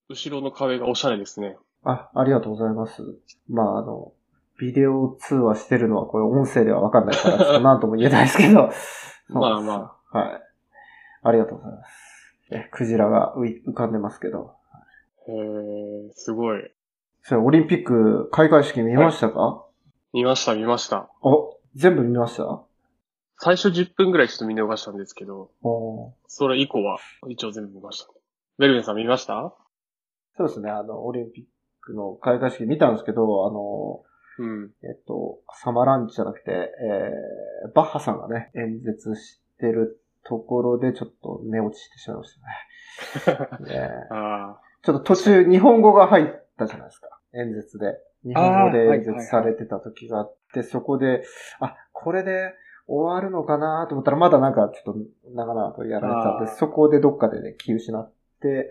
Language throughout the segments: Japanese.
後ろの壁がおしゃれですね。 ありがとうございます。まあ、ビデオ通話してるのはこれ音声ではわかんないから、ちょっと何とも言えないですけど。 まあまあ。はい。ありがとうございます。クジラが浮かんでますけど。 あ。すごい。 それ、オリンピック開会式見ましたか？はい、 見ました、見ました。 全部見ました？ 最初10分ぐらいちょっと見逃したんですけど、 おそれ以降は一応全部見ました。ベルベンさん見ました？ そうですね、オリンピックの開会式見たんですけど、 うん。 サマランチじゃなくて、バッハさんがね、演説してるところでちょっと寝落ちしてしまいましたね。 あちょっと途中日本語が入ったじゃないですか。演説で。日本語で演説されてた時があって、そこで、これで終わるのかなと思ったら、まだなんかちょっと長々とやられてたんで、そこでどっかでね、気失って、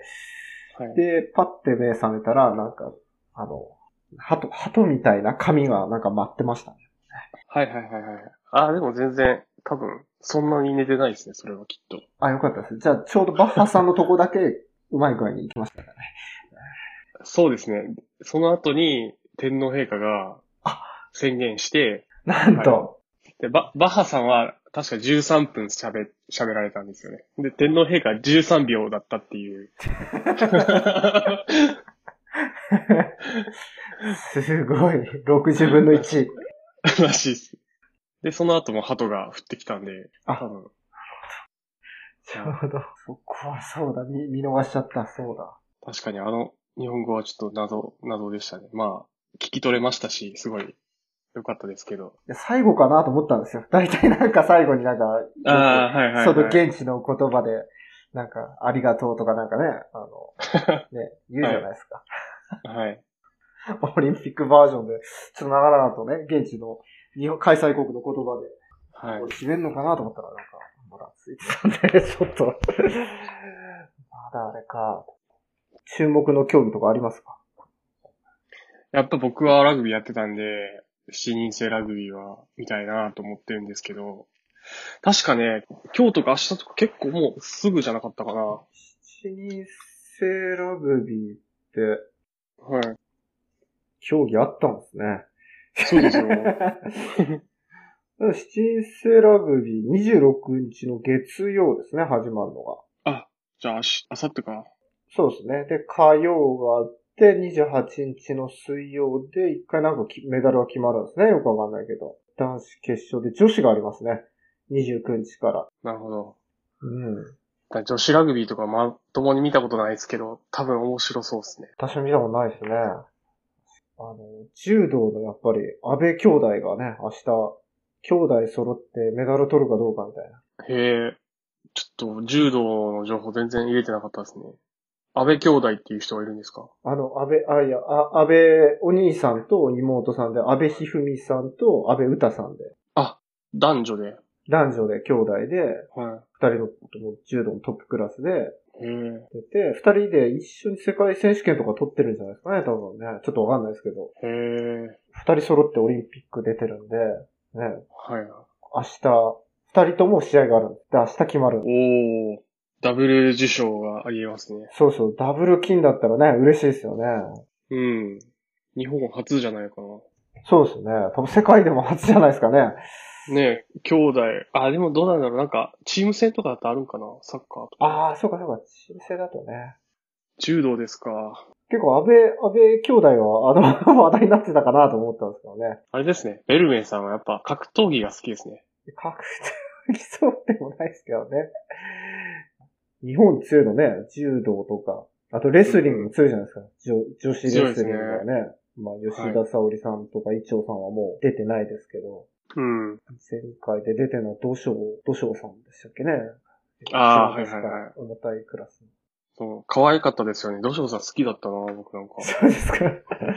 で、パッて目覚めたら、なんか、鳩みたいな髪がなんか舞ってましたね。 はい。でも全然、多分、そんなに寝てないですね、それはきっと。 よかったです。じゃあ、ちょうどバッハさんのとこだけ、うまい具合に行きましたかね。 そうですね。その後に、天皇陛下が宣言して、 なんと、 はい、で、バッハさんは確か13分喋られたんですよね。で、天皇陛下は13秒だったっていう。 すごい。60分の1。 らしいです。で、その後も鳩が降ってきたんで、多分。 ちょうど、そこはそうだ。見逃しちゃった。そうだ。 確かに日本語はちょっと謎でしたね。まあ、聞き取れましたし、すごい良かったですけど。 最後かなと思ったんですよ。大体なんか最後になんか、その現地の言葉で、なんか、ありがとうとかなんかね、ね、言うじゃないですか。 はい。 オリンピックバージョンで、ちょっと長々とね、現地の開催国の言葉で、 はい。 決めんのかなと思ったら、なんか、まだついてたんで、ちょっと。まだあれか。注目の競技とかありますか？ やっぱ僕はラグビーやってたんで、7人制ラグビーは見たいなと思ってるんですけど、確かね、今日とか明日とか結構もうすぐじゃなかったかな。 7人制ラグビーって、 はい。 競技あったんですね。 そうですよ。 7人制ラグビー26日の月曜ですね、始まるのが。 じゃあ、明後日か。 そうですね。で、火曜があって、28日の水曜で、一回なんかメダルが決まるんですね。よくわかんないけど。男子決勝で女子がありますね。29日から。 なるほど。 うん。 女子ラグビーとかまともに見たことないですけど、多分面白そうですね。 私も見たことないですね。柔道のやっぱり、安倍兄弟がね、明日、兄弟揃ってメダル取るかどうかみたいな。 へえ、ちょっと柔道の情報全然入れてなかったですね。安倍兄弟っていう人がいるんですか？ 安倍お兄さんと妹さんで、安倍一二三さんと安倍詩さんで、 男女で。 男女で兄弟で、 は二人の柔道のトップクラスでい。へえ。 出て、二人で一緒に世界選手権とか取ってるんじゃないですかね、多分ね。ちょっとわかんないですけど。 へえ。 二人揃ってオリンピック出てるんで、ね、 はい。 明日、二人とも試合があるんです。で、明日決まる。 おー。ダブル受賞がありえますね。 そうそう、ダブル金だったらね、嬉しいですよね。 うん。日本初じゃないかな。 そうですね。多分世界でも初じゃないですかね。 ねえ、兄弟。でもどうなんだろう。なんか、チーム戦とかだとあるんかな、サッカーとか。 そうかそうか、チーム制だとね。 柔道ですか。 結構安倍兄弟は、話題になってたかなと思ったんですけどね。 あれですね。ベルメンさんはやっぱ格闘技が好きですね。 格闘技そうでもないですけどね。日本強いのね、柔道とか。あとレスリングも強いじゃないですか。女子レスリングはね。まあ、吉田沙保里さんとか伊調さんはもう出てないですけど。 うん。 前回で出てるのは土性さんでしたっけね。 はいはいはい。 重たいクラス。 そう、可愛かったですよね。土性さん好きだったな、僕なんか。 そうですか。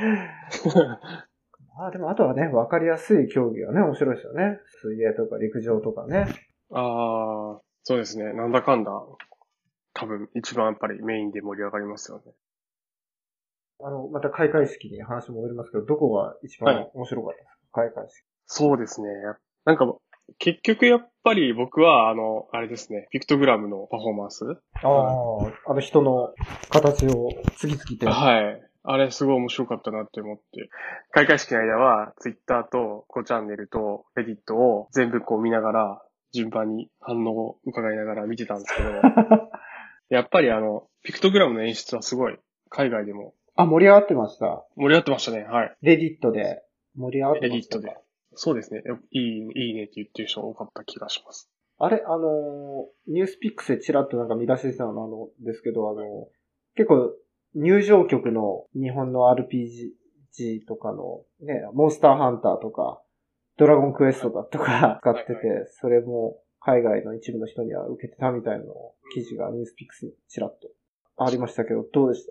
でもあとはね、わかりやすい競技はね、面白いですよね。水泳とか陸上とかね。 そうですね。なんだかんだ、多分一番やっぱりメインで盛り上がりますよね。 また開会式に話戻りますけど、どこが一番面白かったですか？開会式。 そうですね。なんか、 結局やっぱり僕はあれですね、ピクトグラムのパフォーマンス。 ああ、人の形を次々と。 はい。あれすごい面白かったなって思って。開会式の間は、ツイッターと5チャンネルとレディットを全部こう見ながら、順番に反応を伺いながら見てたんですけど、やっぱりピクトグラムの演出はすごい、海外でもあ、盛り上がってました。 盛り上がってましたね。はい。 レディットで盛り上がってレデましたか？ ィットで。そうですね。いいねって言ってる人多かった気がします。 あれ、ニュースピックスでチラッとなんか見出してたのですけど、結構入場曲の日本の RPG とかのね、モンスターハンターとか、ドラゴンクエストだとか使ってて、それも海外の一部の人には受けてたみたいな記事がニュースピックスにチラッとありましたけど、どうでした？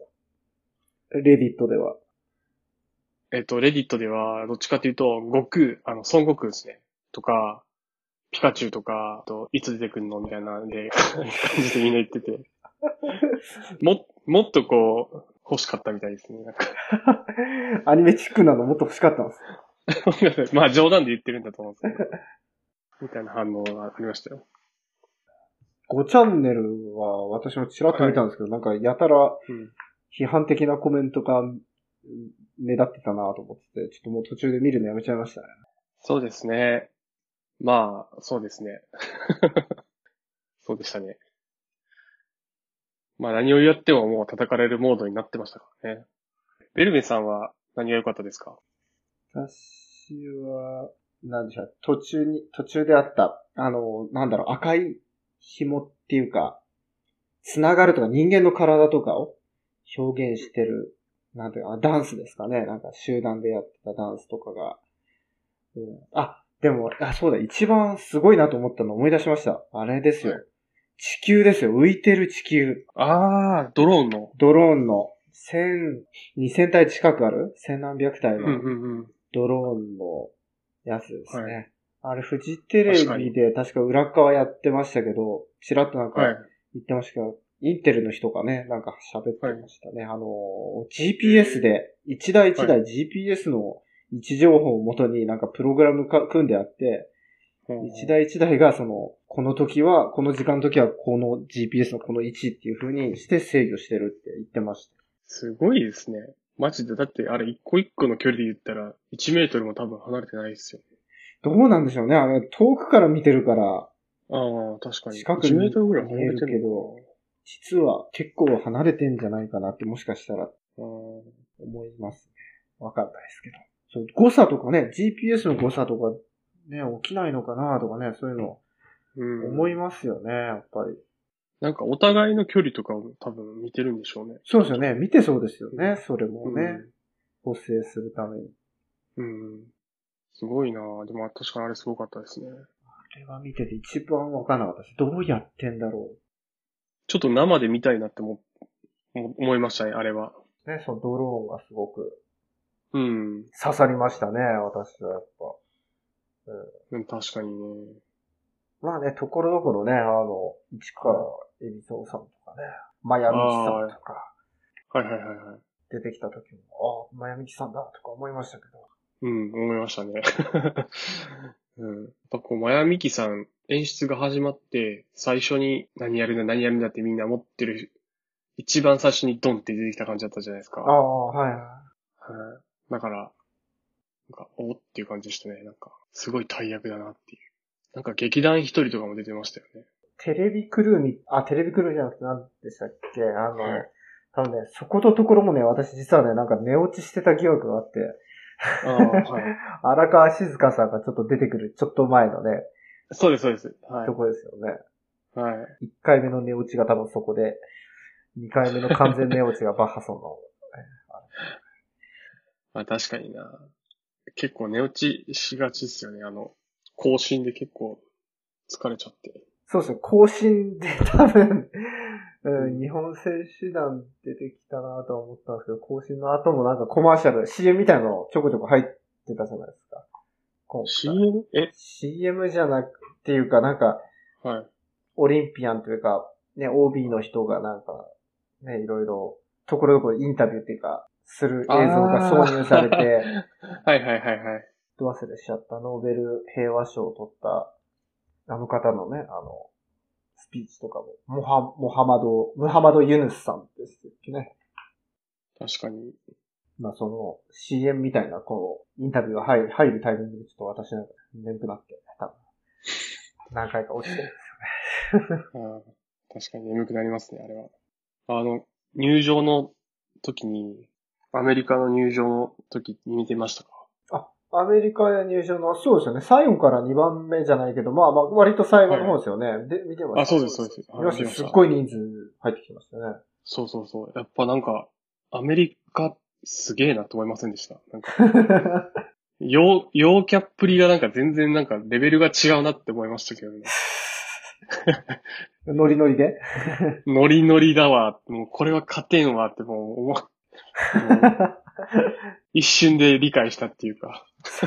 レディットでは。 レディットでは、どっちかというと、悟空、孫悟空ですね。とか、ピカチュウとか、いつ出てくんのみたいな感じでみんな言ってて。もっとこう、欲しかったみたいですね。なんかアニメチックなのもっと欲しかったんです。 まあ冗談で言ってるんだと思うんですけど。みたいな反応がありましたよ。 5チャンネルは私もチラッと見たんですけど、なんかやたら批判的なコメントが目立ってたなと思ってて、ちょっともう途中で見るのやめちゃいましたね。 そうですね。まあ、そうですね。そうでしたね。まあ何を言ってももう叩かれるモードになってましたからね。ベルメさんは何が良かったですか？ 私は、なんでしょう、途中であった、赤い紐っていうか、つながるとか人間の体とかを表現してる、なんていうか、ダンスですかね。なんか集団でやってたダンスとかが。でも、そうだ、一番すごいなと思ったの思い出しました。あれですよ。はい、地球ですよ。浮いてる地球。 ああ、ドローンの。 ドローンの2000体近くある千何百体のドローンのやつですね。はい、あれ、フジテレビで確か裏側やってましたけど、ちらっとなんか言ってましたけど、インテルの人がね、なんか喋ってましたね。GPS で、一台一台 GPS の位置情報をもとになんかプログラム組んであって、一台一台がこの時は、この時間の時はこの GPS のこの位置っていう風にして制御してるって言ってました。 すごいですね。マジで。だってあれ一個一個の距離で言ったら1メートルも多分離れてないですよ。 どうなんでしょうね。あれ遠くから見てるから。 ああ、確かに。 近くに1メートルぐらい離れてるけど、実は結構離れてんじゃないかなってもしかしたら思いますね。わかんないですけど。そう、誤差とかね、GPS の誤差とかね、起きないのかなとかね、そういうの思いますよね、やっぱり。 なんかお互いの距離とかを多分見てるんでしょうね。 そうですよね。見てそうですよね。それもね。補正するために。 すごいなぁ。でも確かにあれすごかったですね。 あれは見てて一番わかんなかったです。どうやってんだろう。 ちょっと生で見たいなって思いましたね、あれは。 ね、そのドローンがすごく。 刺さりましたね、私はやっぱ。 確かにね。 まあね、ところどころね、市川海老蔵さんとかね、マヤミキさんとか。 はい。 出てきた時も、マヤミキさんだとか思いましたけど。 思いましたね。やっぱこう、マヤミキさん、演出が始まって、最初に何やるんだってみんな思ってる、一番最初にドンって出てきた感じだったじゃないですか。 はい。 だから、なんか、おっていう感じでしたね。なんか、すごい大役だなっていう。なんか劇団一人とかも出てましたよね。 テレビクルーじゃなくて何でしたっけ多分ね、そことところもね、私実はね、なんか寝落ちしてた疑惑があって。荒川静香さんがちょっと出てくる、ちょっと前のね。 そうです。 はい。とこですよね。 はい。 1回目の寝落ちが多分そこで、2回目の完全寝落ちがバッハソンの。 まあ確かにな。結構寝落ちしがちですよね。更新で結構疲れちゃって。 そうですね。更新で多分、日本選手団出てきたなとは思ったんですけど、更新の後もなんかコマーシャル、CM みたいなのちょこちょこ入ってたじゃないですか。 CM？ CM じゃなくていうかなんか、 はい。 オリンピアンというか、ね、OB の人がなんか、ね、いろいろ、ところどころインタビューっていうか、する映像が挿入されて、 はい。 ど忘れしちゃったノーベル平和賞を取ったあの方のね、スピーチとかも、ムハマド・ユヌスさんですっけね。 確かに。 まあその CM みたいなこう、インタビューが入るタイミングでちょっと私なんか眠くなって、多分、何回か落ちてるんですよね。 確かに眠くなりますね、あれは。入場の時に、アメリカの入場の時に見てましたか？ アメリカへ入場の、そうですよね。最後から2番目じゃないけど、まあ割と最後の方ですよね。はい、で、見てました。 そうです、そうです。 見ました。すっごい人数入ってきましたね。 そう。やっぱなんか、アメリカすげえなと思いませんでした。なんか、陽キャっぷりがなんか全然なんかレベルが違うなって思いましたけどね。 ノリノリでノリノリだわ。もうこれは勝てんわってもう一瞬で理解したっていうか。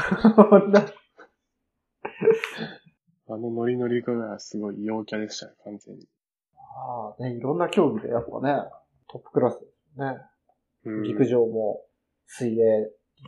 あのノリノリがすごい陽キャでしたね、完全に。 ね、いろんな競技でやっぱね、トップクラスですね。陸上も、水泳。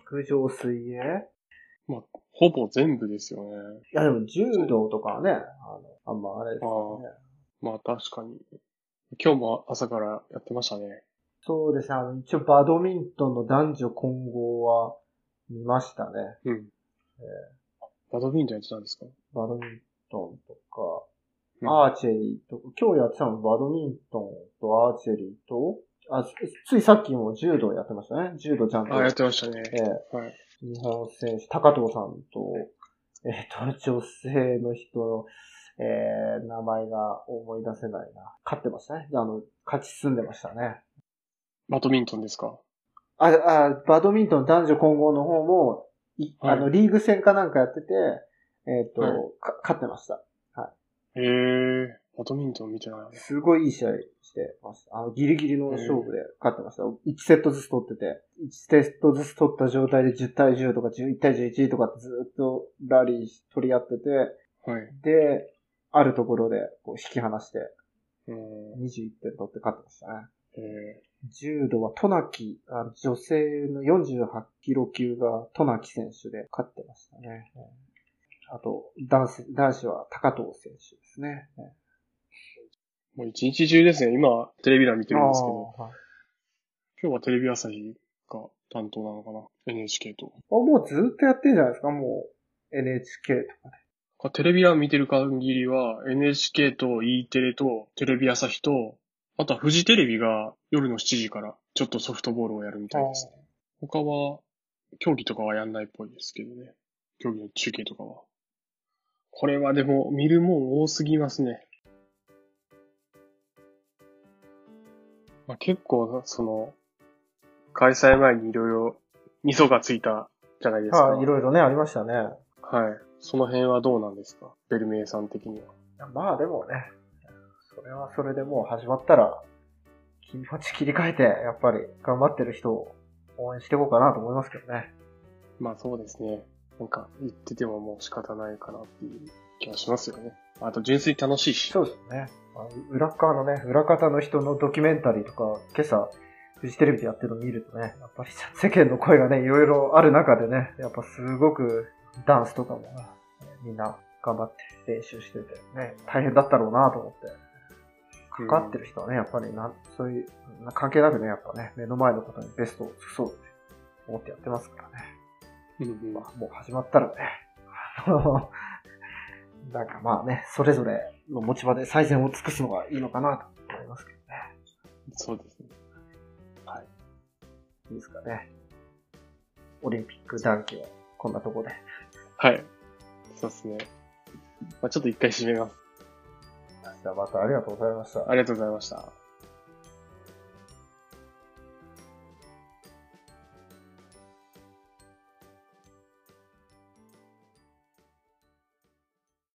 まあ、ほぼ全部ですよね。 いやでも柔道とかはね、あんまあれですよね。 まあ確かに。今日も朝からやってましたね。 そうですね。一応バドミントンの男女混合は見ましたね。 バドミントンやってたんですか？ バドミントンとか、アーチェリーとか、今日やってたのバドミントンとアーチェリーと、ついさっきも柔道やってましたね。柔道ちゃんと。 やってましたね。 はい。日本選手、高藤さんと、女性の人の、名前が思い出せないな。勝ってましたね。勝ち進んでましたね。 バドミントンですか？ バドミントン男女混合の方も、リーグ戦かなんかやってて、勝ってました。はい。 バドミントン見てない。 すごいいい試合してました。ギリギリの勝負で勝ってました。1セットずつ取ってて、1セットずつ取った状態で10対10とか11対11とかってずっとラリー取り合ってて、 はい。 で、あるところでこう引き離して、21点取って勝ってましたね。柔道は渡名喜、女性の48キロ級が渡名喜選手で勝ってましたね。あと、男子は高藤選手ですね。 もう一日中ですね。今、テレビ欄見てるんですけど。今日はテレビ朝日が担当なのかな？ NHK と。 もうずっとやってんじゃないですか？もう NHK とかで。 テレビ欄見てる限りは NHK と E テレとテレビ朝日と、あとはフジテレビが夜の7時からちょっとソフトボールをやるみたいですね。他は、競技とかはやんないっぽいですけどね。競技の中継とかは。これはでも見るもん多すぎますね。結構、開催前にいろいろ味噌がついたじゃないですか。 いろいろね、ありましたね。 はい。その辺はどうなんですか？ベルメイさん的には。 まあでもね、それはそれでもう始まったら、気持ち切り替えて、やっぱり頑張ってる人を応援していこうかなと思いますけどね。 まあそうですね。なんか言っててももう仕方ないかなっていう気がしますよね。あと純粋に楽しいし。 そうですね。裏方の人のドキュメンタリーとか、今朝、フジテレビでやってるのを見るとね、やっぱり世間の声がね、いろいろある中でね、やっぱすごくダンスとかも、みんな頑張って練習しててね、大変だったろうなと思って。かかってる人はね、やっぱりそういう、関係なくね、やっぱね、目の前のことにベストを尽くそうって思ってやってますからね。もう始まったらね、なんかまあね、それぞれの持ち場で最善を尽くすのがいいのかなと思いますけどね。 そうですね。はい。 いいですかね。オリンピック団旗はこんなとこで。 はい。そうですね。ちょっと一回締めます。 じゃあまたありがとうございました。 ありがとうございました。